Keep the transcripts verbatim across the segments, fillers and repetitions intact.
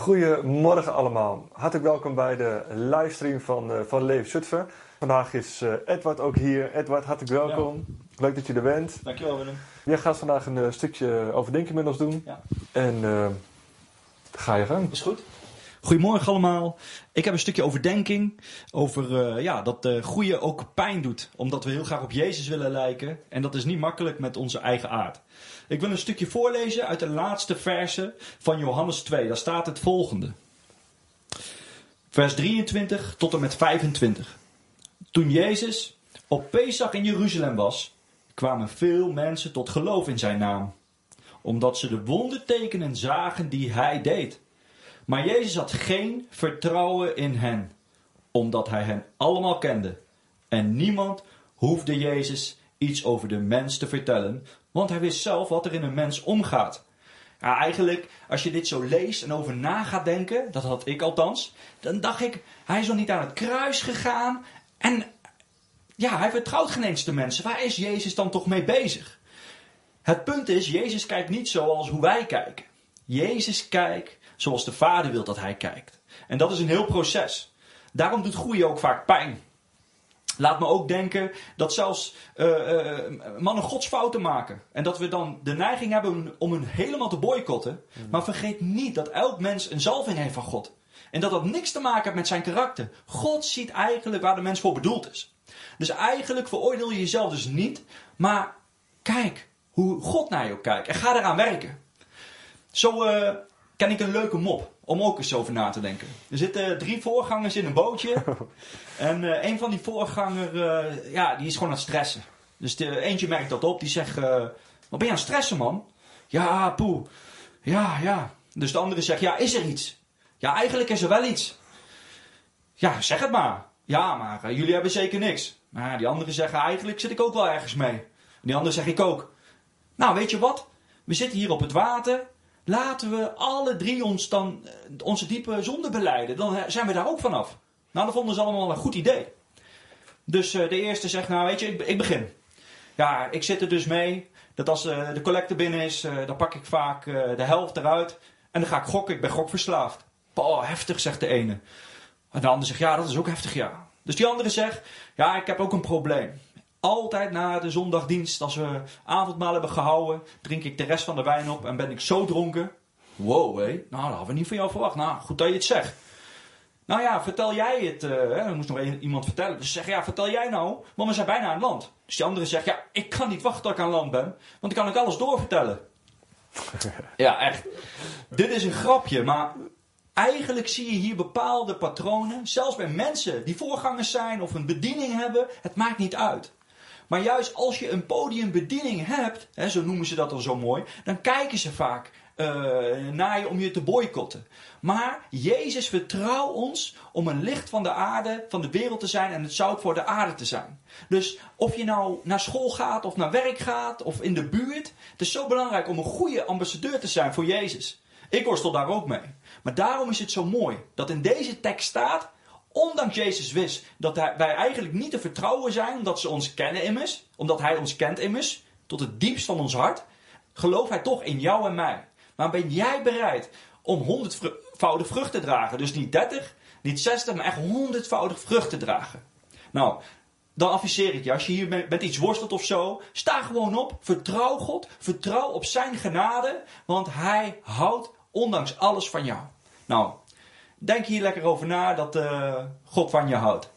Goedemorgen allemaal. Hartelijk welkom bij de livestream van, uh, van Leef Zutphen. Vandaag is uh, Edward ook hier. Edward, hartelijk welkom. Ja. Leuk dat je er bent. Dankjewel Willem. Jij gaat vandaag een uh, stukje overdenken met ons doen. Ja. En uh, ga je gang. Is goed. Goedemorgen allemaal. Ik heb een stukje overdenking over uh, ja, dat uh, groeien ook pijn doet. Omdat we heel graag op Jezus willen lijken. En dat is niet makkelijk met onze eigen aard. Ik wil een stukje voorlezen uit de laatste verse van Johannes twee. Daar staat het volgende. Vers drieëntwintig tot en met vijfentwintig. Toen Jezus op Pesach in Jeruzalem was, kwamen veel mensen tot geloof in zijn naam. Omdat ze de wondertekenen zagen die hij deed. Maar Jezus had geen vertrouwen in hen, omdat hij hen allemaal kende. En niemand hoefde Jezus iets over de mens te vertellen, want hij wist zelf wat er in een mens omgaat. Ja, eigenlijk, als je dit zo leest en over na gaat denken, dat had ik althans, dan dacht ik, hij is nog niet aan het kruis gegaan. En ja, hij vertrouwt geen eens de mensen. Waar is Jezus dan toch mee bezig? Het punt is, Jezus kijkt niet zoals hoe wij kijken. Jezus kijkt zoals de Vader wil dat hij kijkt. En dat is een heel proces. Daarom doet groeien ook vaak pijn. Laat me ook denken dat zelfs uh, uh, mannen godsfouten maken. En dat we dan de neiging hebben om hen helemaal te boycotten. Mm. Maar vergeet niet dat elk mens een zalving heeft van God. En dat dat niks te maken heeft met zijn karakter. God ziet eigenlijk waar de mens voor bedoeld is. Dus eigenlijk veroordeel je jezelf dus niet. Maar kijk hoe God naar je kijkt. En ga eraan werken. Zo uh, ken ik een leuke mop. Om ook eens over na te denken. Er zitten drie voorgangers in een bootje. En uh, een van die voorganger, uh, ja, die is gewoon aan het stressen. Dus de, eentje merkt dat op. Die zegt, uh, wat ben je aan het stressen, man? Ja, poeh. Ja, ja. Dus de andere zegt, ja, is er iets? Ja, eigenlijk is er wel iets. Ja, zeg het maar. Ja, maar uh, jullie hebben zeker niks. Maar die anderen zeggen, eigenlijk zit ik ook wel ergens mee. En die andere zeg ik ook. Nou, weet je wat? We zitten hier op het water. Laten we alle drie ons dan onze diepe zonde belijden. Dan zijn we daar ook vanaf. Nou, dat vonden ze allemaal een goed idee. Dus uh, de eerste zegt, nou weet je, ik, ik begin. Ja, ik zit er dus mee. Dat als uh, de collecte binnen is, uh, dan pak ik vaak uh, de helft eruit. En dan ga ik gokken. Ik ben gokverslaafd. Oh, heftig, zegt de ene. En de andere zegt, ja, dat is ook heftig, ja. Dus die andere zegt, ja, ik heb ook een probleem. Altijd na de zondagdienst, als we avondmaal hebben gehouden, drink ik de rest van de wijn op en ben ik zo dronken. Wow, hé. Nou, dat hadden we niet van jou verwacht. Nou, goed dat je het zegt. Nou ja, vertel jij het. Uh, hè? Er moest nog een, iemand vertellen. Dus ze zeggen, ja, vertel jij nou, want we zijn bijna aan land. Dus die andere zegt, ja, ik kan niet wachten tot ik aan land ben, want dan kan ik alles doorvertellen. Ja, echt. Dit is een grapje, maar eigenlijk zie je hier bepaalde patronen. Zelfs bij mensen die voorgangers zijn of een bediening hebben, het maakt niet uit. Maar juist als je een podiumbediening hebt, hè, zo noemen ze dat al zo mooi, dan kijken ze vaak uh, naar je om je te boycotten. Maar Jezus vertrouwt ons om een licht van de aarde, van de wereld te zijn en het zout voor de aarde te zijn. Dus of je nou naar school gaat of naar werk gaat of in de buurt, het is zo belangrijk om een goede ambassadeur te zijn voor Jezus. Ik worstel daar ook mee. Maar daarom is het zo mooi dat in deze tekst staat, ondanks Jezus wist dat wij eigenlijk niet te vertrouwen zijn, omdat ze ons kennen immers, omdat hij ons kent immers, tot het diepst van ons hart, gelooft hij toch in jou en mij. Maar ben jij bereid om honderdvoudig vrucht te dragen? Dus niet dertig, niet zestig, maar echt honderdvoudig vrucht te dragen. Nou, dan adviseer ik je, als je hier met iets worstelt of zo, sta gewoon op, vertrouw God, vertrouw op zijn genade, want hij houdt ondanks alles van jou. Nou, denk hier lekker over na dat uh, God van je houdt.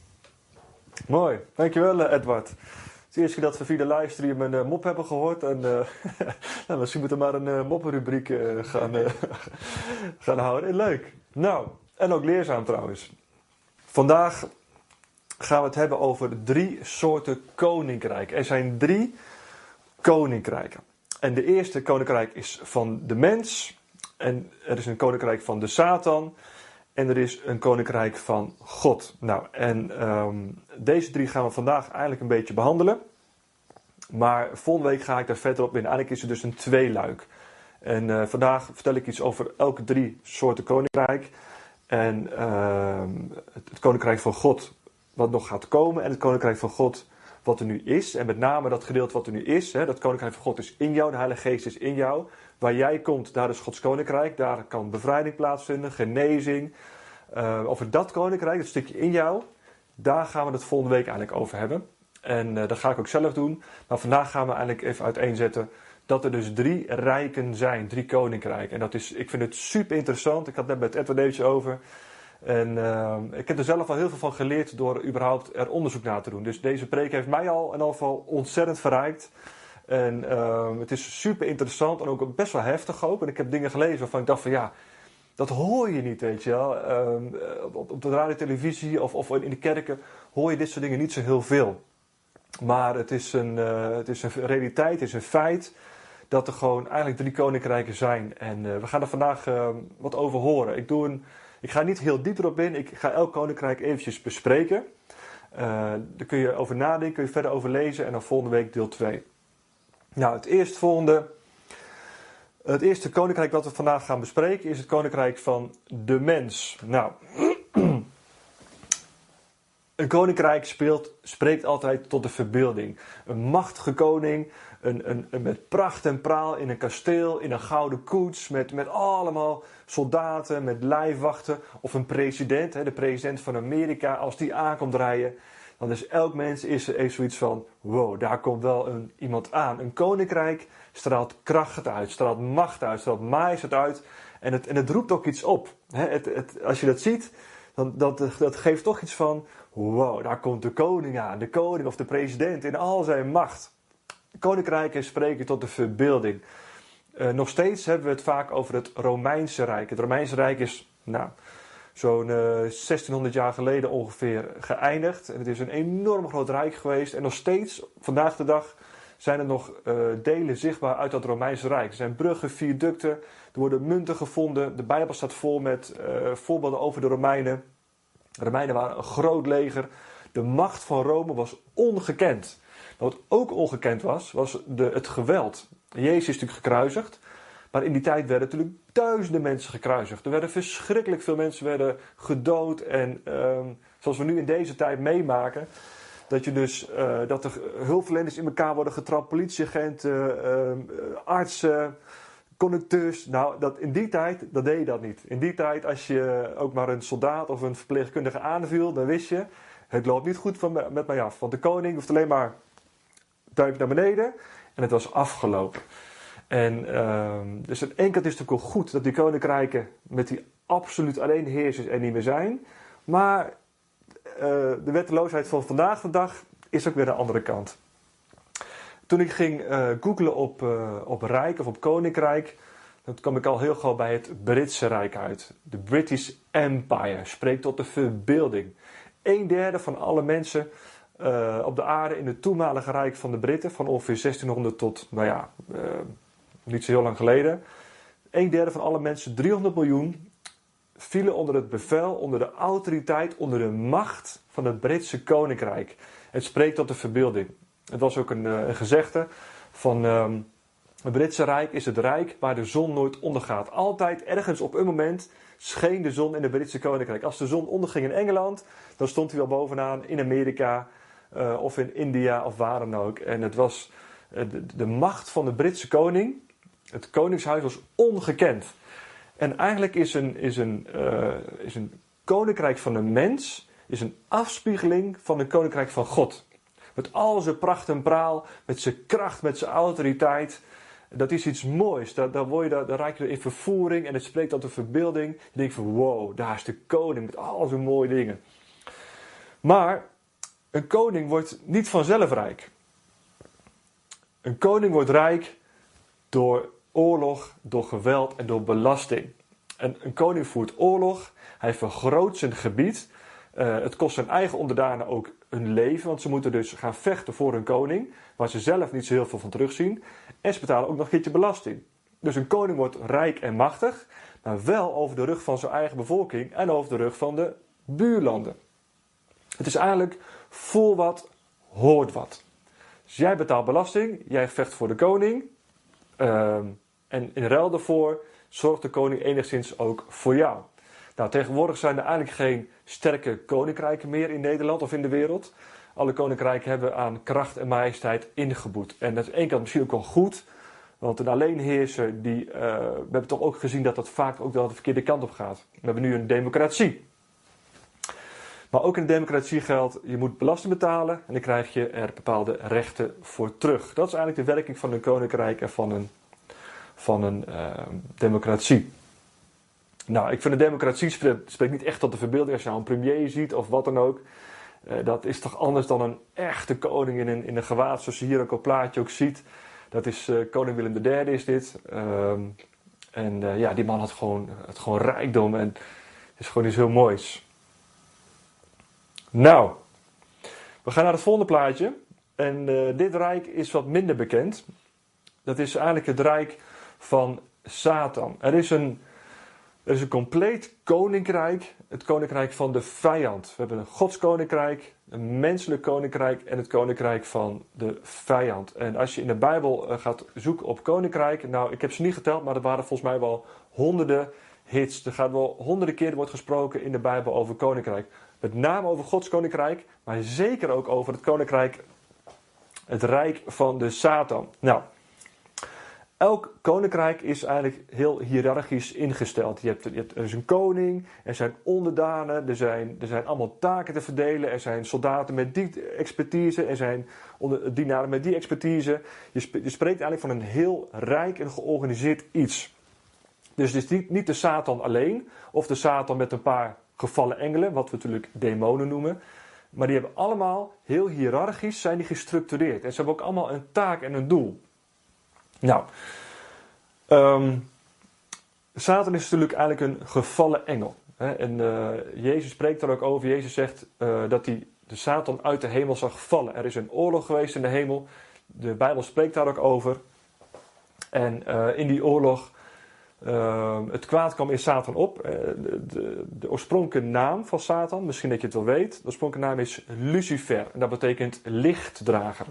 Mooi, dankjewel Edward. Het is de eerste keer dat we via de livestream een uh, mop hebben gehoord. En uh, nou, misschien moeten we maar een uh, moppenrubriek uh, gaan, uh, gaan houden. Leuk. Nou, en ook leerzaam trouwens. Vandaag gaan we het hebben over drie soorten koninkrijken. Er zijn drie koninkrijken. En de eerste koninkrijk is van de mens. En er is een koninkrijk van de Satan. En er is een koninkrijk van God. Nou, en um, deze drie gaan we vandaag eigenlijk een beetje behandelen. Maar volgende week ga ik daar verder op in. Eigenlijk is er dus een tweeluik. En uh, vandaag vertel ik iets over elke drie soorten koninkrijk. En uh, het, het koninkrijk van God wat nog gaat komen. En het koninkrijk van God wat er nu is. En met name dat gedeelte wat er nu is. Hè, dat koninkrijk van God is in jou, de Heilige Geest is in jou. Waar jij komt, daar is Gods koninkrijk. Daar kan bevrijding plaatsvinden, genezing. Uh, over dat koninkrijk, dat stukje in jou, daar gaan we het volgende week eigenlijk over hebben. En uh, dat ga ik ook zelf doen. Maar vandaag gaan we eigenlijk even uiteenzetten dat er dus drie rijken zijn, drie koninkrijken. En dat is, ik vind het super interessant. Ik had het net met Edward eventjes over. En uh, ik heb er zelf al heel veel van geleerd door überhaupt er onderzoek naar te doen. Dus deze preek heeft mij al in ieder geval ontzettend verrijkt. En uh, het is super interessant en ook best wel heftig ook. En ik heb dingen gelezen waarvan ik dacht van ja, dat hoor je niet, weet je wel. Uh, op, op de radio, televisie of, of in de kerken hoor je dit soort dingen niet zo heel veel. Maar het is een, uh, het is een realiteit, het is een feit dat er gewoon eigenlijk drie koninkrijken zijn. En uh, we gaan er vandaag uh, wat over horen. Ik, doe een, ik ga niet heel diep erop in, ik ga elk koninkrijk eventjes bespreken. Uh, daar kun je over nadenken, kun je verder over lezen en dan volgende week deel twee. Nou, het eerstvolgende, het eerste koninkrijk wat we vandaag gaan bespreken is het koninkrijk van de mens. Nou, een koninkrijk speelt, spreekt altijd tot de verbeelding. Een machtige koning, een, een, een met pracht en praal in een kasteel, in een gouden koets, met, met allemaal soldaten, met lijfwachten. Of een president, hè, de president van Amerika, als die aankomt rijden, dan is elk mens is er even zoiets van, wow, daar komt wel een, iemand aan. Een koninkrijk straalt kracht uit, straalt macht uit, straalt majesteit uit. En het, en het roept ook iets op. Hè, het, het, als je dat ziet, dan dat, dat geeft toch iets van, wow, daar komt de koning aan. De koning of de president in al zijn macht. Koninkrijken spreken tot de verbeelding. Uh, nog steeds hebben we het vaak over het Romeinse Rijk. Het Romeinse Rijk is nou, zo'n uh, zestienhonderd jaar geleden ongeveer geëindigd. En het is een enorm groot rijk geweest. En nog steeds, vandaag de dag, zijn er nog uh, delen zichtbaar uit dat Romeinse Rijk. Er zijn bruggen, viaducten, er worden munten gevonden. De Bijbel staat vol met uh, voorbeelden over de Romeinen. De Romeinen waren een groot leger. De macht van Rome was ongekend. Maar wat ook ongekend was, was de, het geweld. Jezus is natuurlijk gekruisigd. Maar in die tijd werden natuurlijk duizenden mensen gekruisigd. Er werden verschrikkelijk veel mensen werden gedood. En um, zoals we nu in deze tijd meemaken, dat, je dus, uh, dat er hulpverleners in elkaar worden getrapt. Politieagenten, uh, artsen, conducteurs. Nou, dat, in die tijd, dat deed je dat niet. In die tijd, als je ook maar een soldaat of een verpleegkundige aanviel, dan wist je, het loopt niet goed van me, met mij af. Want de koning hoeft alleen maar een duimpje naar beneden en het was afgelopen. En uh, dus aan de ene kant is het natuurlijk wel goed dat die koninkrijken met die absoluut alleenheersers er niet meer zijn. Maar uh, de wetteloosheid van vandaag de dag is ook weer de andere kant. Toen ik ging uh, googlen op, uh, op Rijk of op Koninkrijk, dan kwam ik al heel gauw bij het Britse Rijk uit. De British Empire spreekt tot de verbeelding. Een derde van alle mensen uh, op de aarde in het toenmalige Rijk van de Britten, van ongeveer zestienhonderd tot, nou ja, uh, niet zo heel lang geleden. Een derde van alle mensen, driehonderd miljoen, vielen onder het bevel, onder de autoriteit, onder de macht van het Britse Koninkrijk. Het spreekt tot de verbeelding. Het was ook een, een gezegde van um, het Britse Rijk is het rijk waar de zon nooit ondergaat. Altijd ergens op een moment scheen de zon in het Britse Koninkrijk. Als de zon onderging in Engeland, dan stond hij wel bovenaan in Amerika uh, of in India of waar dan ook. En het was uh, de, de macht van de Britse koning, het koningshuis was ongekend. En eigenlijk is een, is een, uh, is een koninkrijk van een mens is een afspiegeling van een koninkrijk van God. Met al zijn pracht en praal, met zijn kracht, met zijn autoriteit. Dat is iets moois. Daar, daar, word je, daar, daar raak je in vervoering en het spreekt tot de verbeelding. Je denkt van wow, daar is de koning met al zijn mooie dingen. Maar een koning wordt niet vanzelf rijk. Een koning wordt rijk door oorlog, door geweld en door belasting. En een koning voert oorlog, hij vergroot zijn gebied. Uh, het kost zijn eigen onderdanen ook hun leven, want ze moeten dus gaan vechten voor hun koning, waar ze zelf niet zo heel veel van terugzien. En ze betalen ook nog een keertje belasting. Dus een koning wordt rijk en machtig, maar wel over de rug van zijn eigen bevolking en over de rug van de buurlanden. Het is eigenlijk voor wat, hoort wat. Dus jij betaalt belasting, jij vecht voor de koning. Uh, en in ruil daarvoor zorgt de koning enigszins ook voor jou. Nou, tegenwoordig zijn er eigenlijk geen sterke koninkrijken meer in Nederland of in de wereld. Alle koninkrijken hebben aan kracht en majesteit ingeboet. En dat is één kant misschien ook wel goed. Want een alleenheerser, die, uh, we hebben toch ook gezien dat dat vaak ook wel de verkeerde kant op gaat. We hebben nu een democratie. Maar ook in de democratie geldt, je moet belasting betalen en dan krijg je er bepaalde rechten voor terug. Dat is eigenlijk de werking van een koninkrijk en van een, van een uh, democratie. Nou, ik vind de democratie spreekt, spreekt niet echt tot de verbeelding als je nou een premier ziet of wat dan ook. Uh, dat is toch anders dan een echte koning in een, in een gewaad zoals je hier ook op het plaatje ook ziet. Dat is uh, koning Willem de derde is dit. Um, en uh, ja, die man had gewoon, had gewoon rijkdom en het is gewoon iets heel moois. Nou, we gaan naar het volgende plaatje. En uh, dit rijk is wat minder bekend. Dat is eigenlijk het rijk van Satan. Er is een, er is een compleet koninkrijk. Het koninkrijk van de vijand. We hebben een godskoninkrijk, een menselijk koninkrijk en het koninkrijk van de vijand. En als je in de Bijbel uh, gaat zoeken op koninkrijk. Nou, ik heb ze niet geteld, maar er waren volgens mij wel honderden hits. Er gaat wel honderden keren wordt gesproken in de Bijbel over koninkrijk. Met name over Gods koninkrijk, maar zeker ook over het koninkrijk, het rijk van de Satan. Nou, elk koninkrijk is eigenlijk heel hiërarchisch ingesteld. Je hebt, je hebt, er is een koning, er zijn onderdanen, er zijn, er zijn allemaal taken te verdelen. Er zijn soldaten met die expertise, er zijn onder, dienaren met die expertise. Je, sp- je spreekt eigenlijk van een heel rijk en georganiseerd iets. Dus het is niet, niet de Satan alleen, of de Satan met een paar gevallen engelen, wat we natuurlijk demonen noemen. Maar die hebben allemaal, heel hiërarchisch, zijn die gestructureerd. En ze hebben ook allemaal een taak en een doel. Nou, um, Satan is natuurlijk eigenlijk een gevallen engel. Hè? En uh, Jezus spreekt daar ook over. Jezus zegt uh, dat hij de Satan uit de hemel zag vallen. Er is een oorlog geweest in de hemel. De Bijbel spreekt daar ook over. En uh, in die oorlog, uh, het kwaad kwam in Satan op. Uh, de, de, de oorspronkelijke naam van Satan, misschien dat je het wel weet. De oorspronkelijke naam is Lucifer. En dat betekent lichtdrager.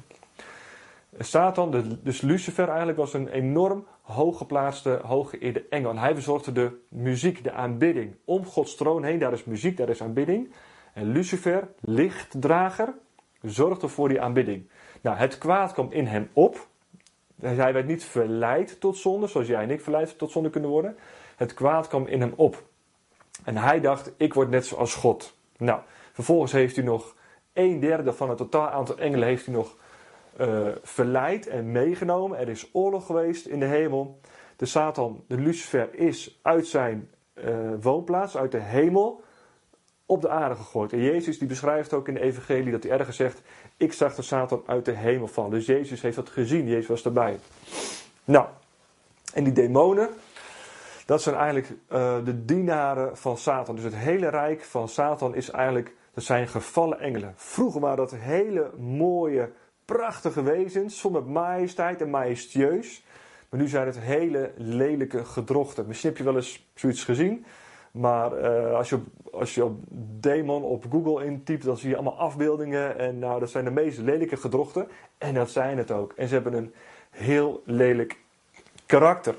Satan, dus Lucifer eigenlijk, was een enorm hooggeplaatste, hooggeëerde engel. En hij verzorgde de muziek, de aanbidding. Om Gods troon heen, daar is muziek, daar is aanbidding. En Lucifer, lichtdrager, zorgde voor die aanbidding. Nou, het kwaad kwam in hem op. Hij werd niet verleid tot zonde, zoals jij en ik verleid tot zonde kunnen worden. Het kwaad kwam in hem op. En hij dacht, ik word net zoals God. Nou, vervolgens heeft hij nog een derde van het totaal aantal engelen heeft hij nog Uh, verleid en meegenomen. Er is oorlog geweest in de hemel. De Satan, de Lucifer, is uit zijn uh, woonplaats, uit de hemel, op de aarde gegooid. En Jezus die beschrijft ook in de evangelie dat hij ergens zegt, ik zag de Satan uit de hemel vallen. Dus Jezus heeft dat gezien, Jezus was erbij. Nou, en die demonen, dat zijn eigenlijk uh, de dienaren van Satan. Dus het hele rijk van Satan is eigenlijk, dat zijn gevallen engelen. Vroeger waren dat hele mooie, prachtige wezens, soms met majesteit en majestueus. Maar nu zijn het hele lelijke gedrochten. Misschien heb je wel eens zoiets gezien. Maar uh, als, je op, als je op demon op Google intypt, dan zie je allemaal afbeeldingen. En nou, dat zijn de meest lelijke gedrochten. En dat zijn het ook. En ze hebben een heel lelijk karakter.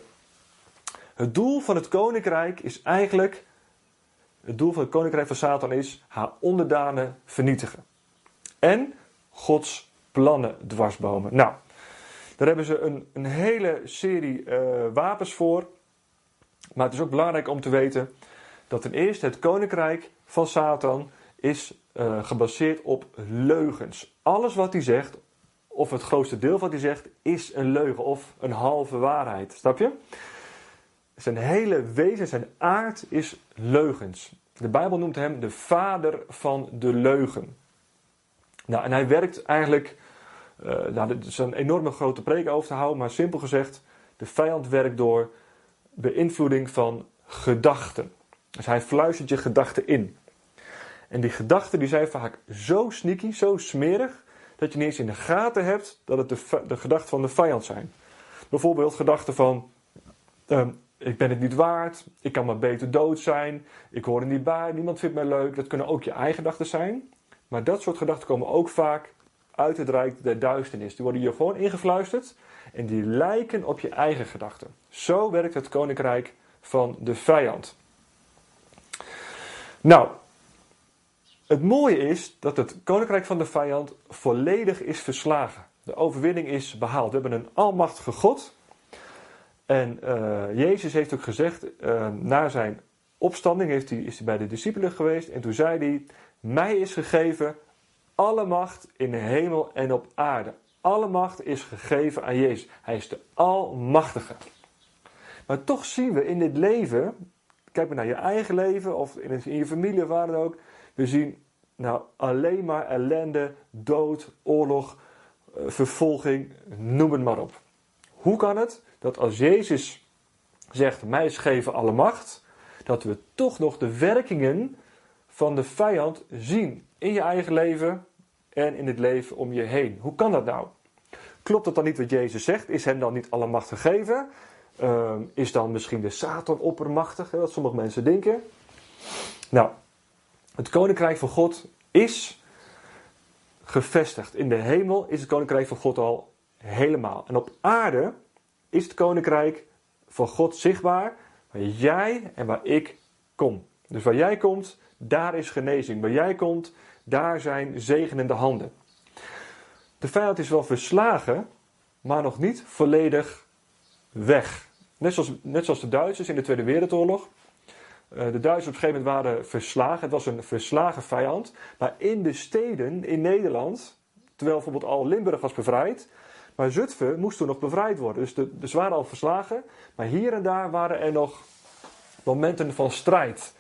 Het doel van het koninkrijk is eigenlijk, het doel van het koninkrijk van Satan is haar onderdanen vernietigen. En Gods plannen dwarsbomen. Nou, daar hebben ze een, een hele serie uh, wapens voor. Maar het is ook belangrijk om te weten dat ten eerste het koninkrijk van Satan is uh, gebaseerd op leugens. Alles wat hij zegt, of het grootste deel wat hij zegt, is een leugen of een halve waarheid. Snap je? Zijn hele wezen, zijn aard is leugens. De Bijbel noemt hem de vader van de leugen. Nou, en hij werkt eigenlijk, uh, nou, dit is een enorme grote preek over te houden, maar simpel gezegd, de vijand werkt door beïnvloeding van gedachten. Dus hij fluistert je gedachten in. En die gedachten die zijn vaak zo sneaky, zo smerig, dat je niet eens in de gaten hebt dat het de, de gedachten van de vijand zijn. Bijvoorbeeld gedachten van, uh, ik ben het niet waard, ik kan maar beter dood zijn, ik hoor er niet bij, niemand vindt mij leuk. Dat kunnen ook je eigen gedachten zijn. Maar dat soort gedachten komen ook vaak uit het rijk der duisternis. Die worden hier gewoon ingefluisterd en die lijken op je eigen gedachten. Zo werkt het koninkrijk van de vijand. Nou, Het mooie is dat het koninkrijk van de vijand volledig is verslagen. De overwinning is behaald. We hebben een almachtige God. En uh, Jezus heeft ook gezegd, uh, na zijn opstanding heeft hij, is hij bij de discipelen geweest. En toen zei hij, mij is gegeven alle macht in de hemel en op aarde. Alle macht is gegeven aan Jezus. Hij is de Almachtige. Maar toch zien we in dit leven, kijk maar naar je eigen leven of in, in je familie of waar dan ook. We zien nou alleen maar ellende, dood, oorlog, vervolging, noem het maar op. Hoe kan het dat als Jezus zegt, mij is gegeven alle macht, dat we toch nog de werkingen van de vijand zien in je eigen leven en in het leven om je heen? Hoe kan dat nou? Klopt dat dan niet wat Jezus zegt? Is hem dan niet alle macht gegeven? Uh, is dan misschien de Satan oppermachtig, hè, wat sommige mensen denken? Nou, het koninkrijk van God is gevestigd. In de hemel is het koninkrijk van God al helemaal. En op aarde is het koninkrijk van God zichtbaar, waar jij en waar ik kom. Dus waar jij komt, daar is genezing. Waar jij komt, daar zijn zegenende handen. De vijand is wel verslagen, maar nog niet volledig weg. Net zoals, net zoals de Duitsers in de Tweede Wereldoorlog. Uh, de Duitsers op een gegeven moment waren verslagen. Het was een verslagen vijand. Maar in de steden in Nederland, terwijl bijvoorbeeld al Limburg was bevrijd, maar Zutphen moest toen nog bevrijd worden. Dus de, de, ze waren al verslagen, maar hier en daar waren er nog momenten van strijd.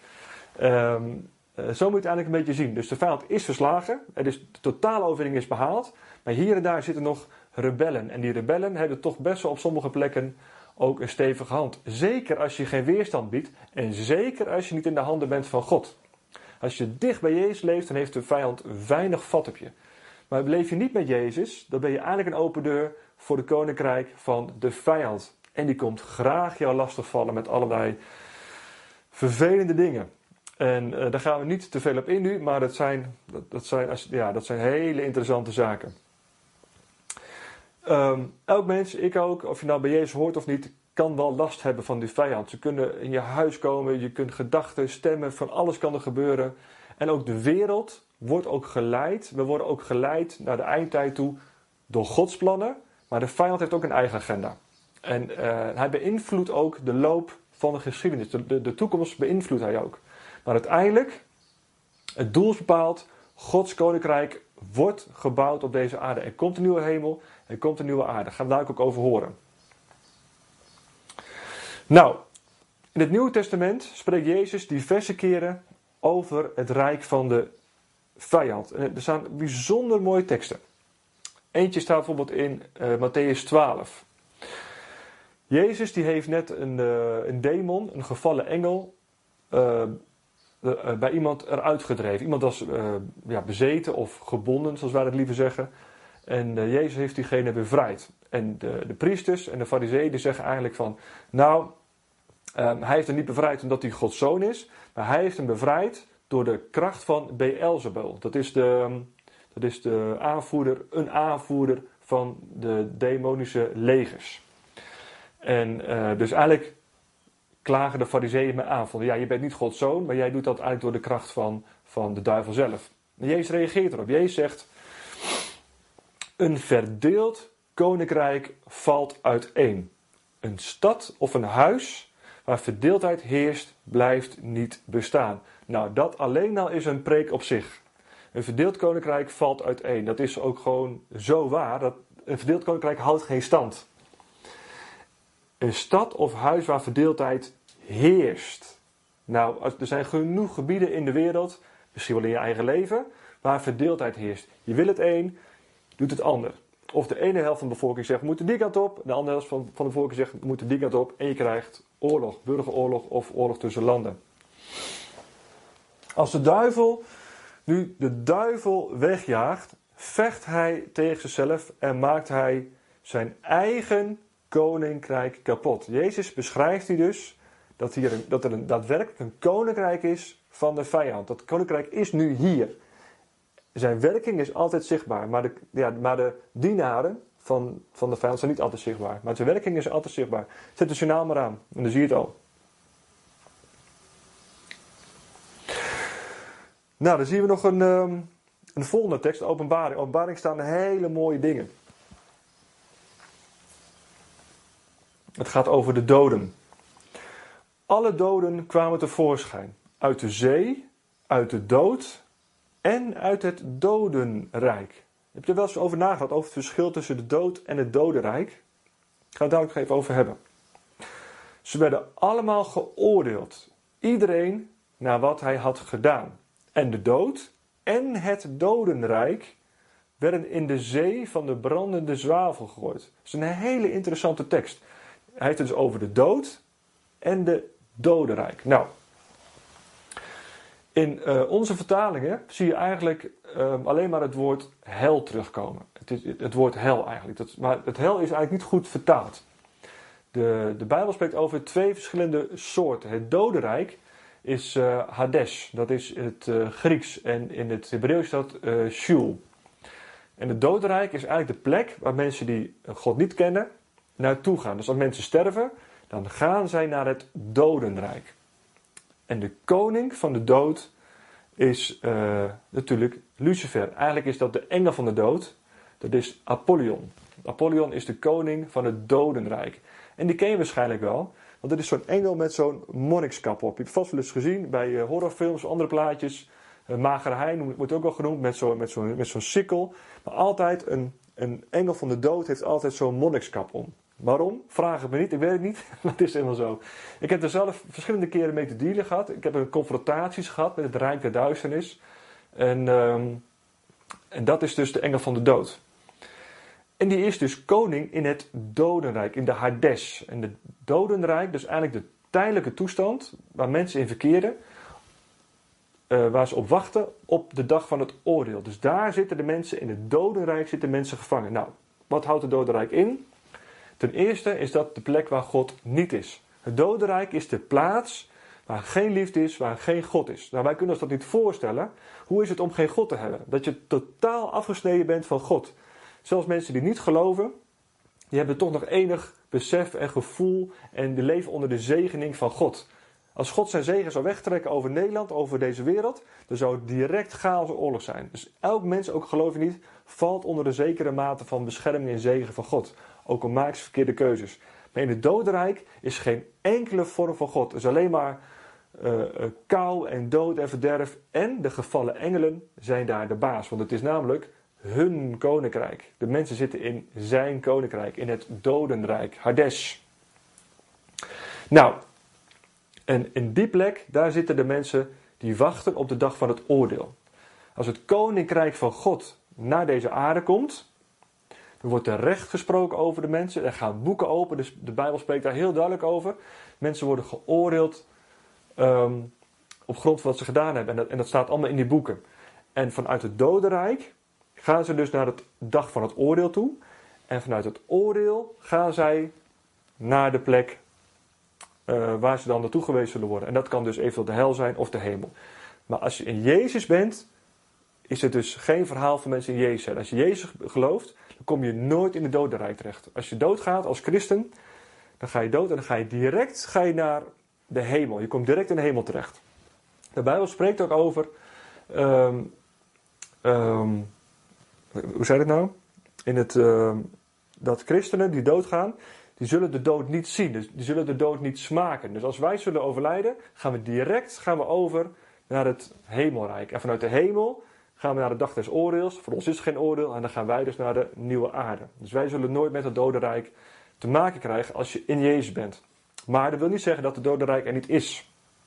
Um, uh, zo moet je het eigenlijk een beetje zien. Dus de vijand is verslagen, er is, de totale overwinning is behaald, maar hier en daar zitten nog rebellen. En die rebellen hebben toch best wel op sommige plekken ook een stevige hand. Zeker als je geen weerstand biedt en zeker als je niet in de handen bent van God. Als je dicht bij Jezus leeft, dan heeft de vijand weinig vat op je. Maar leef je niet met Jezus, dan ben je eigenlijk een open deur voor de koninkrijk van de vijand. En die komt graag jou lastigvallen met allerlei vervelende dingen. En uh, daar gaan we niet te veel op in nu, maar dat zijn, dat, dat zijn, ja, dat zijn hele interessante zaken. Um, elk mens, ik ook, of je nou bij Jezus hoort of niet, kan wel last hebben van die vijand. Ze kunnen in je huis komen, je kunt gedachten, stemmen, van alles kan er gebeuren. En ook de wereld wordt ook geleid. We worden ook geleid naar de eindtijd toe door Gods plannen. Maar de vijand heeft ook een eigen agenda. En uh, hij beïnvloedt ook de loop van de geschiedenis. De, de, de toekomst beïnvloedt hij ook. Maar uiteindelijk, het doel is bepaald. Gods koninkrijk wordt gebouwd op deze aarde. Er komt een nieuwe hemel, er komt een nieuwe aarde. Daar gaan we daar ook over horen. Nou, in het Nieuwe Testament spreekt Jezus diverse keren over het rijk van de vijand. En er staan bijzonder mooie teksten. Eentje staat bijvoorbeeld in uh, Matthäus twaalf. Jezus die heeft net een, uh, een demon, een gevallen engel, uh, de, uh, bij iemand eruit gedreven. Iemand was uh, ja, bezeten of gebonden, zoals wij het liever zeggen. En uh, Jezus heeft diegene bevrijd. En de, de priesters en de farizeeën die zeggen eigenlijk van, nou, uh, hij heeft hem niet bevrijd omdat hij Gods zoon is, maar hij heeft hem bevrijd door de kracht van Beelzebul. Dat is de, dat is de aanvoerder, een aanvoerder van de demonische legers. En uh, dus eigenlijk klagen de farizeeën me aan van, ja, je bent niet Gods zoon, maar jij doet dat eigenlijk door de kracht van, van de duivel zelf. En Jezus reageert erop. Jezus zegt, een verdeeld koninkrijk valt uiteen. Een stad of een huis waar verdeeldheid heerst, blijft niet bestaan. Nou, dat alleen al is een preek op zich. Een verdeeld koninkrijk valt uiteen. Dat is ook gewoon zo waar. Dat een verdeeld koninkrijk houdt geen stand. Een stad of huis waar verdeeldheid heerst. Nou, er zijn genoeg gebieden in de wereld, misschien wel in je eigen leven, waar verdeeldheid heerst. Je wil het een, doet het ander. Of de ene helft van de bevolking zegt, we moeten die kant op. De andere helft van de bevolking zegt, we moeten die kant op. En je krijgt oorlog, burgeroorlog of oorlog tussen landen. Als de duivel nu de duivel wegjaagt, vecht hij tegen zichzelf en maakt hij zijn eigen koninkrijk kapot. Jezus beschrijft hier dus dat, hier een, dat er een, daadwerkelijk een koninkrijk is van de vijand. Dat koninkrijk is nu hier. Zijn werking is altijd zichtbaar, maar de, ja, maar de dienaren van, van de vijand zijn niet altijd zichtbaar. Maar zijn werking is altijd zichtbaar. Zet de journaal maar aan en dan zie je het al. Nou, dan zien we nog een, um, een volgende tekst, Openbaring. Openbaring staan hele mooie dingen. Het gaat over de doden. Alle doden kwamen tevoorschijn. Uit de zee, uit de dood en uit het dodenrijk. Heb je er wel eens over nagedacht, over het verschil tussen de dood en het dodenrijk? Ik ga het daar ook even over hebben. Ze werden allemaal geoordeeld. Iedereen naar wat hij had gedaan. En de dood en het dodenrijk werden in de zee van de brandende zwavel gegooid. Dat is een hele interessante tekst. Hij heeft het dus over de dood en de dodenrijk. Nou, in uh, onze vertalingen zie je eigenlijk uh, alleen maar het woord hel terugkomen. Het, is, het woord hel eigenlijk. Dat, maar het hel is eigenlijk niet goed vertaald. De, de Bijbel spreekt over twee verschillende soorten. Het dodenrijk is uh, Hades. Dat is het uh, Grieks. En in het Hebreeuws is dat uh, Sheol. En het dodenrijk is eigenlijk de plek waar mensen die God niet kennen naartoe gaan. Dus als mensen sterven, dan gaan zij naar het dodenrijk. En de koning van de dood is uh, natuurlijk Lucifer. Eigenlijk is dat de engel van de dood. Dat is Apollyon. Apollyon is de koning van het dodenrijk. En die ken je waarschijnlijk wel. Want dat is zo'n engel met zo'n monnikskap op. Je hebt het vast wel eens gezien bij uh, horrorfilms, andere plaatjes. Uh, Mager Hein wordt ook wel genoemd met zo'n met zo'n, met zo'n sikkel. Maar altijd een, een engel van de dood heeft altijd zo'n monnikskap om. Waarom? Vraag het me niet, ik weet het niet, maar het is helemaal zo. Ik heb er zelf verschillende keren mee te dealen gehad. Ik heb een confrontaties gehad met het Rijk der Duisternis. En, um, en dat is dus de engel van de dood. En die is dus koning in het dodenrijk, in de Hades. En het dodenrijk, dus eigenlijk de tijdelijke toestand waar mensen in verkeren. Uh, waar ze op wachten op de dag van het oordeel. Dus daar zitten de mensen, in het dodenrijk zitten mensen gevangen. Nou, wat houdt het dodenrijk in? Ten eerste is dat de plek waar God niet is. Het dodenrijk is de plaats waar geen liefde is, waar geen God is. Nou, wij kunnen ons dat niet voorstellen. Hoe is het om geen God te hebben? Dat je totaal afgesneden bent van God. Zelfs mensen die niet geloven, die hebben toch nog enig besef en gevoel en die leven onder de zegening van God. Als God zijn zegen zou wegtrekken over Nederland, over deze wereld, dan zou het direct chaos en oorlog zijn. Dus elk mens, ook geloof je niet, valt onder de zekere mate van bescherming en zegen van God. Ook al maakt ze verkeerde keuzes. Maar in het dodenrijk is geen enkele vorm van God. Het is alleen maar uh, uh, kou en dood en verderf. En de gevallen engelen zijn daar de baas. Want het is namelijk hun koninkrijk. De mensen zitten in zijn koninkrijk. In het dodenrijk. Hades. Nou, en in die plek, daar zitten de mensen die wachten op de dag van het oordeel. Als het koninkrijk van God naar deze aarde komt, er wordt er recht gesproken over de mensen. Er gaan boeken open. Dus de Bijbel spreekt daar heel duidelijk over. Mensen worden geoordeeld um, op grond van wat ze gedaan hebben. En dat, en dat staat allemaal in die boeken. En vanuit het dodenrijk gaan ze dus naar de dag van het oordeel toe. En vanuit het oordeel gaan zij naar de plek uh, waar ze dan naartoe geweest zullen worden. En dat kan dus eventueel de hel zijn of de hemel. Maar als je in Jezus bent, is het dus geen verhaal van mensen in Jezus zijn. Als je Jezus gelooft, dan kom je nooit in het dodenrijk terecht. Als je doodgaat als christen, dan ga je dood en dan ga je direct ga je naar de hemel. Je komt direct in de hemel terecht. De Bijbel spreekt ook over, um, um, hoe zei het nou? In het, um, dat christenen die doodgaan, die zullen de dood niet zien. Dus die zullen de dood niet smaken. Dus als wij zullen overlijden, gaan we direct gaan we over naar het hemelrijk. En vanuit de hemel gaan we naar de dag des oordeels. Voor ons is er geen oordeel en dan gaan wij dus naar de nieuwe aarde. Dus wij zullen nooit met het dodenrijk te maken krijgen als je in Jezus bent. Maar dat wil niet zeggen dat het dodenrijk er niet is.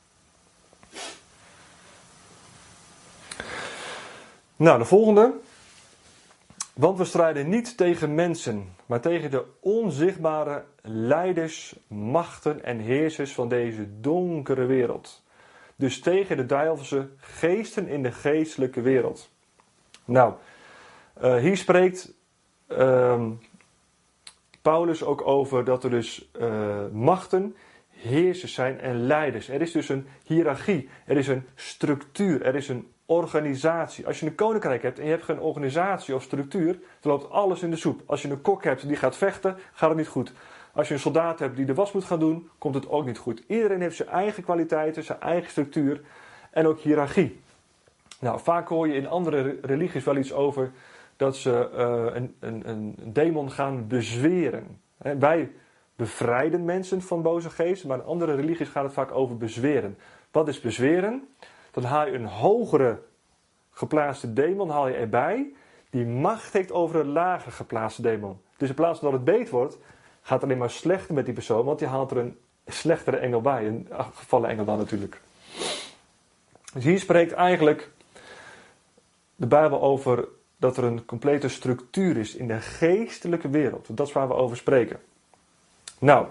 Nou, de volgende. Want we strijden niet tegen mensen, maar tegen de onzichtbare leiders, machten en heersers van deze donkere wereld. Dus tegen de duivelse geesten in de geestelijke wereld. Nou, uh, hier spreekt uh, Paulus ook over dat er dus uh, machten, heersers zijn en leiders. Er is dus een hiërarchie, er is een structuur, er is een organisatie. Als je een koninkrijk hebt en je hebt geen organisatie of structuur, dan loopt alles in de soep. Als je een kok hebt die gaat vechten, gaat het niet goed. Als je een soldaat hebt die de was moet gaan doen, komt het ook niet goed. Iedereen heeft zijn eigen kwaliteiten, zijn eigen structuur en ook hiërarchie. Nou, vaak hoor je in andere religies wel iets over dat ze uh, een, een, een demon gaan bezweren. He, wij bevrijden mensen van boze geesten, maar in andere religies gaat het vaak over bezweren. Wat is bezweren? Dan haal je een hogere geplaatste demon haal je erbij, die macht heeft over een lager geplaatste demon. Dus in plaats van dat het beter wordt, gaat het alleen maar slechter met die persoon, want je haalt er een slechtere engel bij. Een gevallen engel dan natuurlijk. Dus hier spreekt eigenlijk de Bijbel over dat er een complete structuur is in de geestelijke wereld. Dat is waar we over spreken. Nou,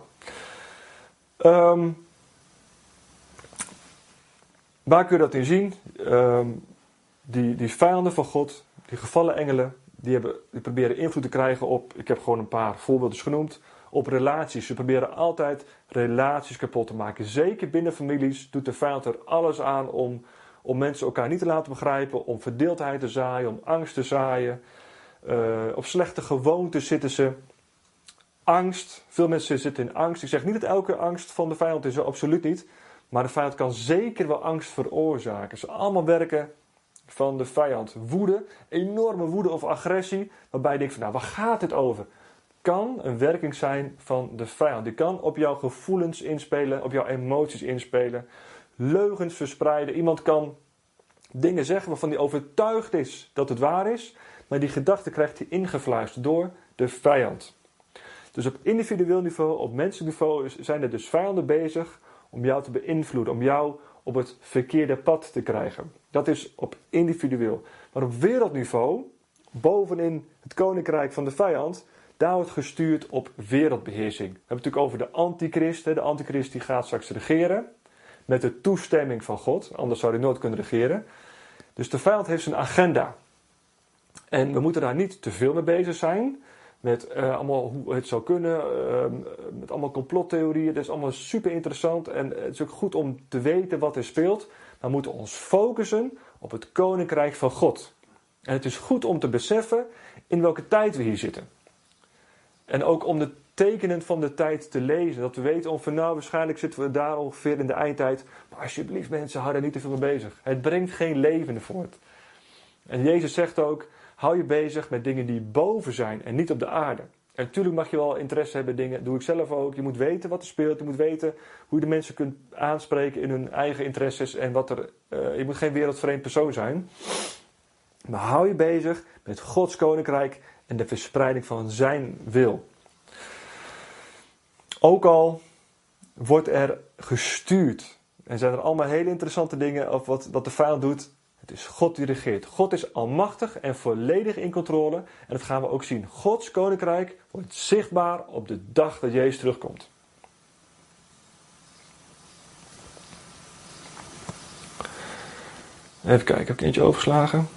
um, waar kun je dat in zien? Um, die, die vijanden van God, die gevallen engelen, die, hebben, die proberen invloed te krijgen op, ik heb gewoon een paar voorbeelden genoemd, op relaties. Ze proberen altijd relaties kapot te maken. Zeker binnen families doet de vijand er alles aan om, om mensen elkaar niet te laten begrijpen, om verdeeldheid te zaaien, om angst te zaaien. Uh, op slechte gewoontes zitten ze. Angst. Veel mensen zitten in angst. Ik zeg niet dat elke angst van de vijand is, absoluut niet. Maar de vijand kan zeker wel angst veroorzaken. Ze allemaal werken van de vijand. Woede, enorme woede of agressie, waarbij je denkt van, nou, waar gaat dit over? Kan een werking zijn van de vijand. Die kan op jouw gevoelens inspelen, op jouw emoties inspelen. Leugens verspreiden. Iemand kan dingen zeggen waarvan hij overtuigd is dat het waar is, maar die gedachte krijgt hij ingefluisterd door de vijand. Dus op individueel niveau, op menselijk niveau zijn er dus vijanden bezig om jou te beïnvloeden, om jou op het verkeerde pad te krijgen. Dat is op individueel. Maar op wereldniveau, bovenin het koninkrijk van de vijand, daar wordt gestuurd op wereldbeheersing. We hebben het natuurlijk over de antichrist. De antichrist die gaat straks regeren met de toestemming van God, anders zou hij nooit kunnen regeren. Dus de vijand heeft zijn agenda. En we moeten daar niet te veel mee bezig zijn. Met uh, allemaal hoe het zou kunnen. Uh, met allemaal complottheorieën. Dat is allemaal super interessant. En het is ook goed om te weten wat er speelt. Maar we moeten ons focussen op het koninkrijk van God. En het is goed om te beseffen in welke tijd we hier zitten. En ook om de tekenen van de tijd te lezen. Dat we weten of we nou waarschijnlijk zitten we daar ongeveer in de eindtijd. Maar alsjeblieft mensen, hou daar niet te veel mee bezig. Het brengt geen leven voort. En Jezus zegt ook, hou je bezig met dingen die boven zijn en niet op de aarde. En natuurlijk mag je wel interesse hebben in dingen, doe ik zelf ook. Je moet weten wat er speelt, je moet weten hoe je de mensen kunt aanspreken in hun eigen interesses. En wat er, uh, je moet geen wereldvreemd persoon zijn. Maar hou je bezig met Gods koninkrijk en de verspreiding van zijn wil. Ook al wordt er gestuurd. En zijn er allemaal hele interessante dingen over wat, wat de vijand doet. Het is God die regeert. God is almachtig en volledig in controle. En dat gaan we ook zien. Gods koninkrijk wordt zichtbaar op de dag dat Jezus terugkomt. Even kijken, heb ik eentje overgeslagen?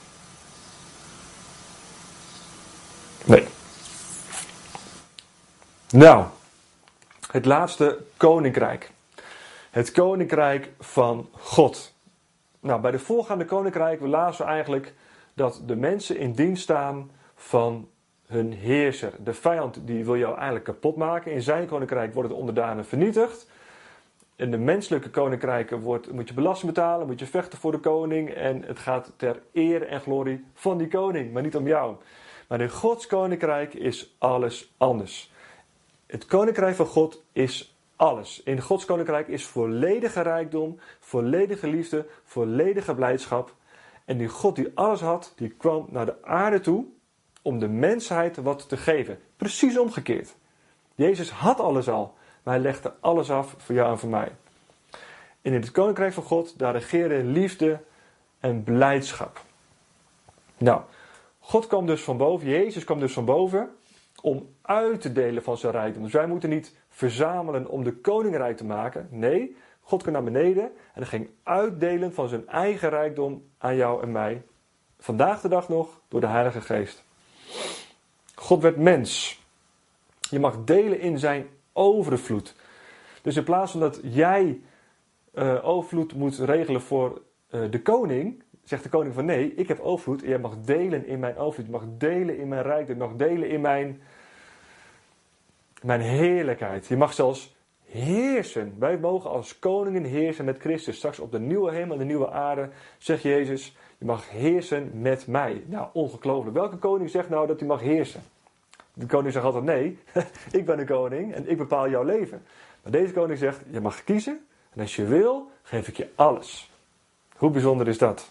Nee. Nou, het laatste koninkrijk. Het koninkrijk van God. Nou, bij de voorgaande koninkrijk lazen we eigenlijk dat de mensen in dienst staan van hun heerser. De vijand die wil jou eigenlijk kapot maken. In zijn koninkrijk worden de onderdanen vernietigd. In de menselijke koninkrijken wordt, moet je belasting betalen, moet je vechten voor de koning. En het gaat ter eer en glorie van die koning, maar niet om jou. Maar in Gods koninkrijk is alles anders. Het koninkrijk van God is alles. In Gods koninkrijk is volledige rijkdom, volledige liefde, volledige blijdschap. En die God die alles had, die kwam naar de aarde toe om de mensheid wat te geven. Precies omgekeerd. Jezus had alles al, maar hij legde alles af voor jou en voor mij. En in het koninkrijk van God, daar regeren liefde en blijdschap. Nou, God kwam dus van boven, Jezus kwam dus van boven om uit te delen van zijn rijkdom. Dus wij moeten niet verzamelen om de koninkrijk te maken. Nee, God kwam naar beneden en hij ging uitdelen van zijn eigen rijkdom aan jou en mij. Vandaag de dag nog door de Heilige Geest. God werd mens. Je mag delen in zijn overvloed. Dus in plaats van dat jij uh, overvloed moet regelen voor uh, de koning, zegt de koning van nee, ik heb overvloed en jij mag delen in mijn overvloed. Je mag delen in mijn rijkdom, je mag delen in mijn, mijn heerlijkheid. Je mag zelfs heersen. Wij mogen als koningen heersen met Christus. Straks op de nieuwe hemel en de nieuwe aarde, zegt Jezus, je mag heersen met mij. Nou, ongelooflijk. Welke koning zegt nou dat hij mag heersen? De koning zegt altijd nee, ik ben de koning en ik bepaal jouw leven. Maar deze koning zegt, je mag kiezen en als je wil, geef ik je alles. Hoe bijzonder is dat?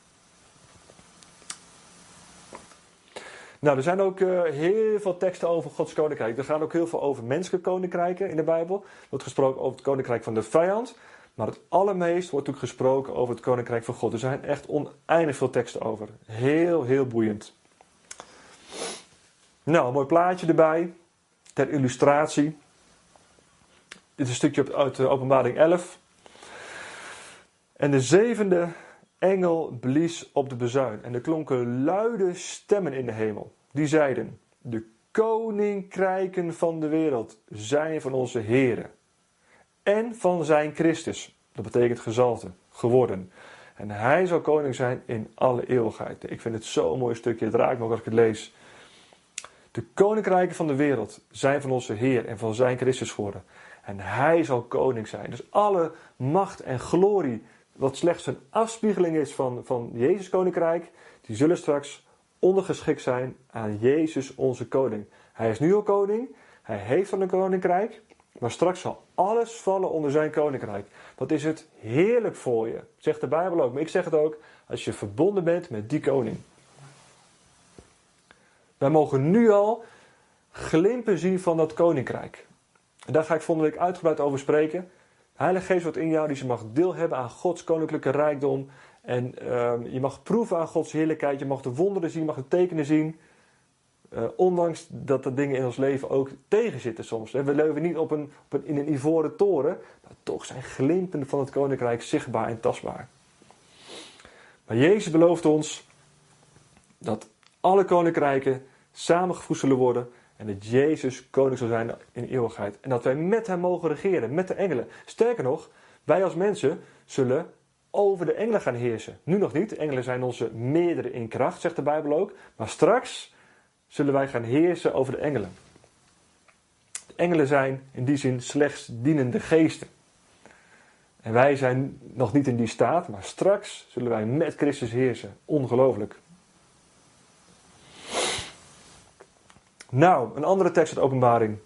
Nou, er zijn ook uh, heel veel teksten over Gods koninkrijk. Er gaan ook heel veel over menselijke koninkrijken in de Bijbel. Er wordt gesproken over het koninkrijk van de vijand. Maar het allermeest wordt ook gesproken over het koninkrijk van God. Er zijn echt oneindig veel teksten over. Heel, heel boeiend. Nou, een mooi plaatje erbij. Ter illustratie. Dit is een stukje uit de Openbaring elf. En de zevende engel blies op de bezuin. En er klonken luide stemmen in de hemel. Die zeiden, de koninkrijken van de wereld zijn van onze Here. En van zijn Christus. Dat betekent gezalfde, geworden. En hij zal koning zijn in alle eeuwigheid. Ik vind het zo'n mooi stukje. Het raakt me ook als ik het lees. De koninkrijken van de wereld zijn van onze Heer en van zijn Christus geworden. En hij zal koning zijn. Dus alle macht en glorie, wat slechts een afspiegeling is van, van Jezus' koninkrijk, die zullen straks ondergeschikt zijn aan Jezus onze koning. Hij is nu al koning, hij heeft van een koninkrijk, maar straks zal alles vallen onder zijn koninkrijk. Wat is het heerlijk voor je, zegt de Bijbel ook. Maar ik zeg het ook, als je verbonden bent met die koning. Wij mogen nu al glimpen zien van dat koninkrijk. En daar ga ik volgende week uitgebreid over spreken. De Heilige Geest wordt in jou, dus je mag deel hebben aan Gods koninklijke rijkdom. En uh, je mag proeven aan Gods heerlijkheid. Je mag de wonderen zien, je mag de tekenen zien. Uh, ondanks dat er dingen in ons leven ook tegenzitten soms. Hè. We leven niet op een, op een, in een ivoren toren. Maar toch zijn glimpen van het koninkrijk zichtbaar en tastbaar. Maar Jezus belooft ons dat alle koninkrijken samengevoegd zullen worden. En dat Jezus koning zal zijn in eeuwigheid. En dat wij met hem mogen regeren, met de engelen. Sterker nog, wij als mensen zullen over de engelen gaan heersen. Nu nog niet, de engelen zijn onze meerdere in kracht, zegt de Bijbel ook. Maar straks zullen wij gaan heersen over de engelen. De engelen zijn in die zin slechts dienende geesten. En wij zijn nog niet in die staat, maar straks zullen wij met Christus heersen. Ongelooflijk. Nou, een andere tekst uit Openbaring.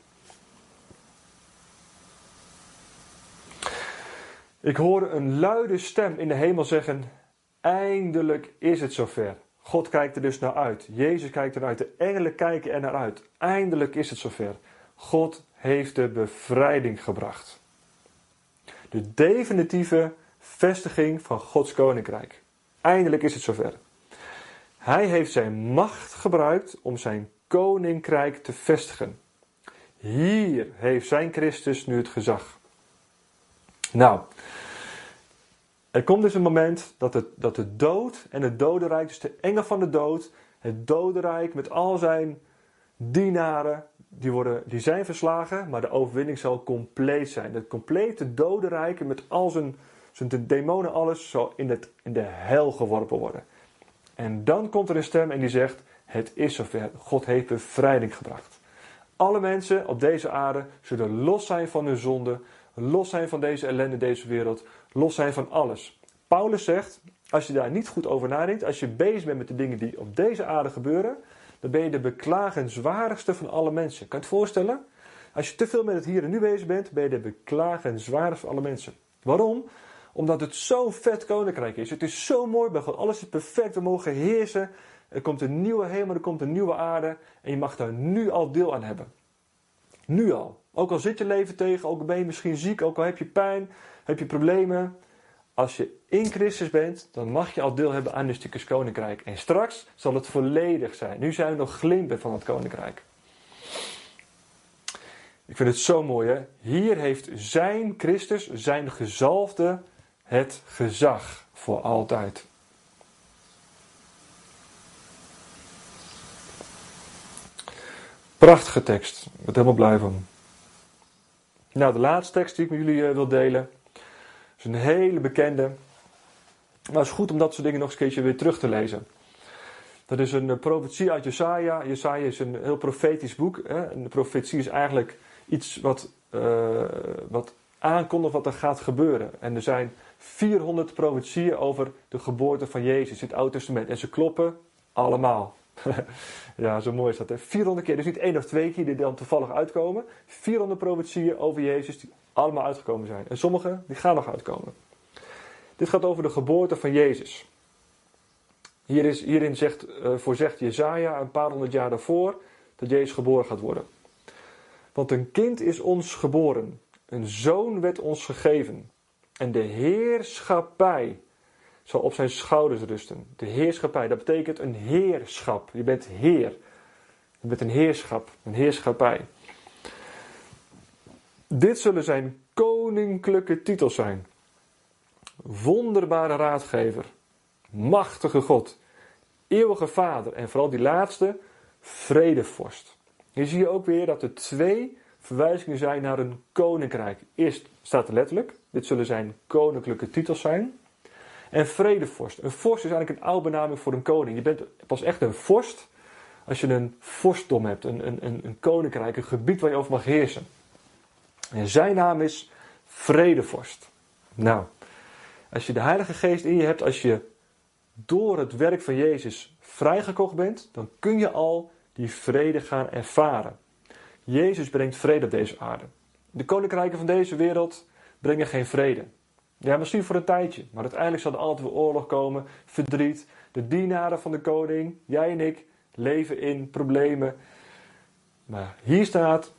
Ik hoor een luide stem in de hemel zeggen, eindelijk is het zover. God kijkt er dus naar uit. Jezus kijkt er naar uit. De engelen kijken er naar uit. Eindelijk is het zover. God heeft de bevrijding gebracht. De definitieve vestiging van Gods koninkrijk. Eindelijk is het zover. Hij heeft zijn macht gebruikt om zijn koninkrijk te vestigen. Hier heeft zijn Christus nu het gezag. Nou, er komt dus een moment dat, het, dat de dood en het dodenrijk, dus de engel van de dood, het dodenrijk met al zijn dienaren, die, worden, die zijn verslagen, maar de overwinning zal compleet zijn. Het complete dodenrijk met al zijn, zijn demonen, alles, zal in, het, in de hel geworpen worden. En dan komt er een stem en die zegt, het is zover. God heeft bevrijding gebracht. Alle mensen op deze aarde zullen los zijn van hun zonde, los zijn van deze ellende, deze wereld, los zijn van alles. Paulus zegt, als je daar niet goed over nadenkt, als je bezig bent met de dingen die op deze aarde gebeuren, dan ben je de beklagenswaardigste van alle mensen. Kan je het voorstellen? Als je te veel met het hier en nu bezig bent, ben je de beklagenswaardigste van alle mensen. Waarom? Omdat het zo'n vet koninkrijk is. Het is zo mooi bij God. Alles is perfect. We mogen heersen. Er komt een nieuwe hemel, er komt een nieuwe aarde. En je mag daar nu al deel aan hebben. Nu al. Ook al zit je leven tegen, ook al ben je misschien ziek, ook al heb je pijn, heb je problemen. Als je in Christus bent, dan mag je al deel hebben aan dit stukje koninkrijk. En straks zal het volledig zijn. Nu zijn we nog glimpen van het koninkrijk. Ik vind het zo mooi, hè. Hier heeft zijn Christus, zijn gezalfde, het gezag voor altijd. Prachtige tekst. Ik ben er helemaal blij van. Nou, de laatste tekst die ik met jullie uh, wil delen, is een hele bekende. Maar het is goed om dat soort dingen nog eens een keertje weer terug te lezen. Dat is een uh, profetie uit Jesaja. Jesaja is een heel profetisch boek. Hè? En de profetie is eigenlijk iets wat, uh, wat aankondigt wat er gaat gebeuren. En er zijn vierhonderd profetieën over de geboorte van Jezus in het Oude Testament. En ze kloppen allemaal. Ja, zo mooi is dat. Hè? vierhonderd keer, dus niet één of twee keer die dan toevallig uitkomen. vierhonderd profetieën over Jezus die allemaal uitgekomen zijn. En sommige die gaan nog uitkomen. Dit gaat over de geboorte van Jezus. Hier is, hierin zegt, uh, voorzegt Jesaja een paar honderd jaar daarvoor dat Jezus geboren gaat worden. Want een kind is ons geboren, een zoon werd ons gegeven. En de heerschappij zal op zijn schouders rusten. De heerschappij, dat betekent een heerschap. Je bent heer. Je bent een heerschap, een heerschappij. Dit zullen zijn koninklijke titels zijn. Wonderbare raadgever, machtige God, eeuwige Vader en vooral die laatste, vredevorst. Hier zie je ook weer dat er twee verwijzingen zijn naar een koninkrijk. Eerst staat er letterlijk, dit zullen zijn koninklijke titels zijn. En vredevorst. Een vorst is eigenlijk een oude benaming voor een koning. Je bent pas echt een vorst als je een vorstdom hebt, een, een, een, een koninkrijk, een gebied waar je over mag heersen. En zijn naam is vredevorst. Nou, als je de Heilige Geest in je hebt, als je door het werk van Jezus vrijgekocht bent, dan kun je al die vrede gaan ervaren. Jezus brengt vrede op deze aarde. De koninkrijken van deze wereld brengen geen vrede. Ja, misschien voor een tijdje, maar uiteindelijk zal er altijd weer oorlog komen, verdriet. De dienaren van de koning, jij en ik, leven in problemen. Maar hier staat,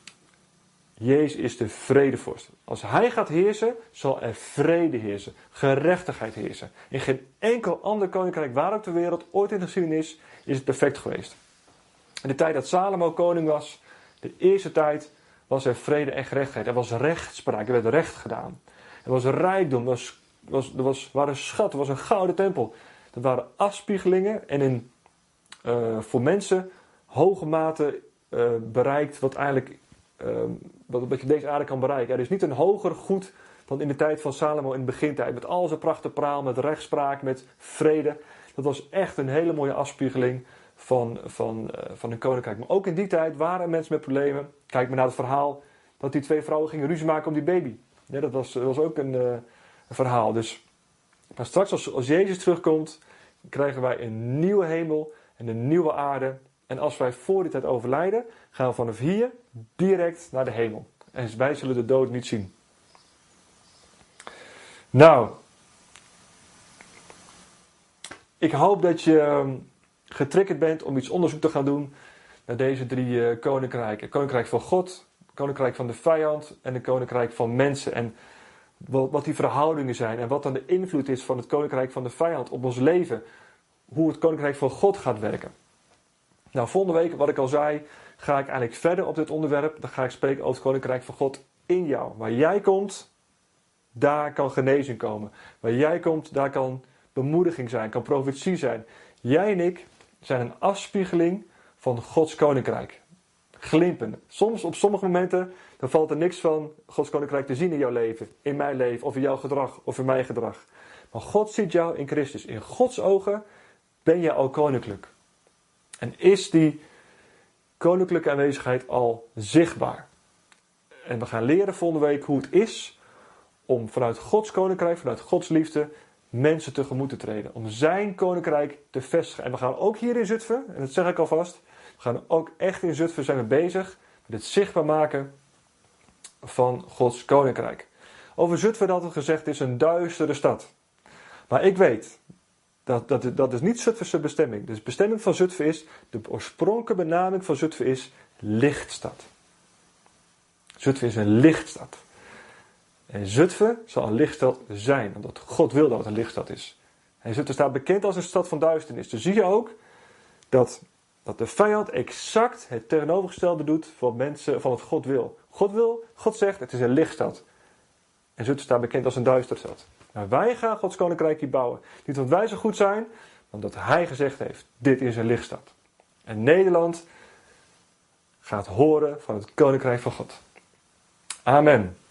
Jezus is de vredevorst. Als hij gaat heersen, zal er vrede heersen, gerechtigheid heersen. In geen enkel ander koninkrijk waar ook ter wereld, ooit in de geschiedenis, is het perfect geweest. In de tijd dat Salomo koning was, de eerste tijd, was er vrede en gerechtigheid. Er was rechtspraak, er werd recht gedaan. Er was rijkdom, er was, was, er was, waren schatten, er was een gouden tempel. Er waren afspiegelingen en in, uh, voor mensen hoge mate uh, bereikt wat eigenlijk uh, wat, wat je deze aarde kan bereiken. Er is niet een hoger goed dan in de tijd van Salomo in de begintijd. Met al zijn prachtige praal, met rechtspraak, met vrede. Dat was echt een hele mooie afspiegeling van, van, uh, van een koninkrijk. Maar ook in die tijd waren er mensen met problemen. Kijk maar naar het verhaal dat die twee vrouwen gingen ruzie maken om die baby. Ja, dat was, dat was ook een, uh, een verhaal. Dus, maar straks als, als Jezus terugkomt, krijgen wij een nieuwe hemel en een nieuwe aarde. En als wij voor die tijd overlijden, gaan we vanaf hier direct naar de hemel. En wij zullen de dood niet zien. Nou, ik hoop dat je getriggerd bent om iets onderzoek te gaan doen naar deze drie uh, koninkrijken. Koninkrijk van God, koninkrijk van de vijand en het koninkrijk van mensen. En wat, wat die verhoudingen zijn en wat dan de invloed is van het koninkrijk van de vijand op ons leven. Hoe het koninkrijk van God gaat werken. Nou, volgende week, wat ik al zei, ga ik eigenlijk verder op dit onderwerp. Dan ga ik spreken over het koninkrijk van God in jou. Waar jij komt, daar kan genezing komen. Waar jij komt, daar kan bemoediging zijn, kan profetie zijn. Jij en ik zijn een afspiegeling van Gods koninkrijk. Glimpen. Soms, op sommige momenten, dan valt er niks van Gods koninkrijk te zien in jouw leven, in mijn leven, of in jouw gedrag, of in mijn gedrag. Maar God ziet jou in Christus. In Gods ogen ben je al koninklijk. En is die koninklijke aanwezigheid al zichtbaar. En we gaan leren volgende week hoe het is om vanuit Gods koninkrijk, vanuit Gods liefde, mensen tegemoet te treden. Om zijn koninkrijk te vestigen. En we gaan ook hier in Zutphen, en dat zeg ik alvast, we gaan ook echt in Zutphen zijn we bezig met het zichtbaar maken van Gods koninkrijk. Over Zutphen had het gezegd, het is een duistere stad. Maar ik weet, dat, dat, dat is niet Zutphense bestemming. De bestemming van Zutphen is, de oorspronkelijke benaming van Zutphen is lichtstad. Zutphen is een lichtstad. En Zutphen zal een lichtstad zijn, omdat God wil dat het een lichtstad is. En Zutphen staat bekend als een stad van duisternis. Dus zie je ook dat, dat de vijand exact het tegenovergestelde doet van, mensen, van wat God wil. God wil, God zegt, het is een lichtstad. En Zutphen staat bekend als een duistere stad. Maar wij gaan Gods koninkrijk hier bouwen. Niet omdat wij zo goed zijn, maar omdat Hij gezegd heeft, dit is een lichtstad. En Nederland gaat horen van het koninkrijk van God. Amen.